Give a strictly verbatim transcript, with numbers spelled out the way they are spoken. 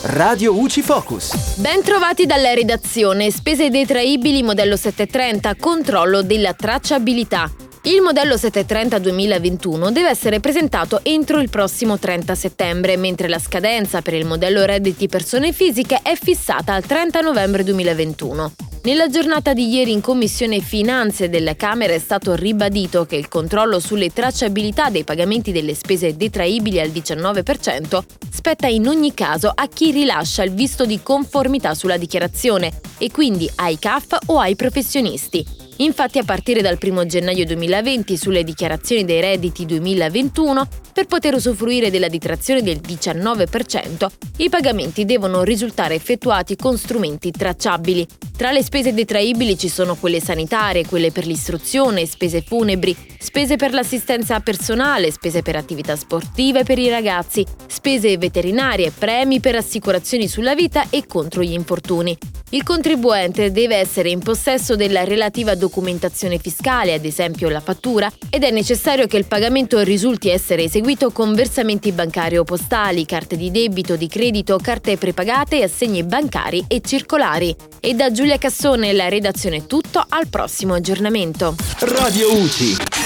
Radio U C I Focus. Ben trovati dalla redazione. Spese detraibili modello settecentotrenta, controllo della tracciabilità. Il modello settecentotrenta duemilaventuno deve essere presentato entro il prossimo trenta settembre, mentre la scadenza per il modello redditi persone fisiche è fissata al trenta novembre duemilaventuno. Nella giornata di ieri in Commissione Finanze della Camera è stato ribadito che il controllo sulle tracciabilità dei pagamenti delle spese detraibili al diciannove per cento spetta in ogni caso a chi rilascia il visto di conformità sulla dichiarazione e quindi ai C A F o ai professionisti. Infatti, a partire dal primo gennaio duemilaventi sulle dichiarazioni dei redditi duemilaventuno, per poter usufruire della detrazione del diciannove per cento, i pagamenti devono risultare effettuati con strumenti tracciabili. Tra le spese detraibili ci sono quelle sanitarie, quelle per l'istruzione, spese funebri, spese per l'assistenza personale, spese per attività sportive per i ragazzi, spese veterinarie, premi per assicurazioni sulla vita e contro gli infortuni. Il contribuente deve essere in possesso della relativa documentazione fiscale, ad esempio la fattura, ed è necessario che il pagamento risulti essere eseguito con versamenti bancari o postali, carte di debito, di credito, carte prepagate, assegni bancari e circolari. E da Giulia Cassone la redazione è tutto, al prossimo aggiornamento. Radio U C I.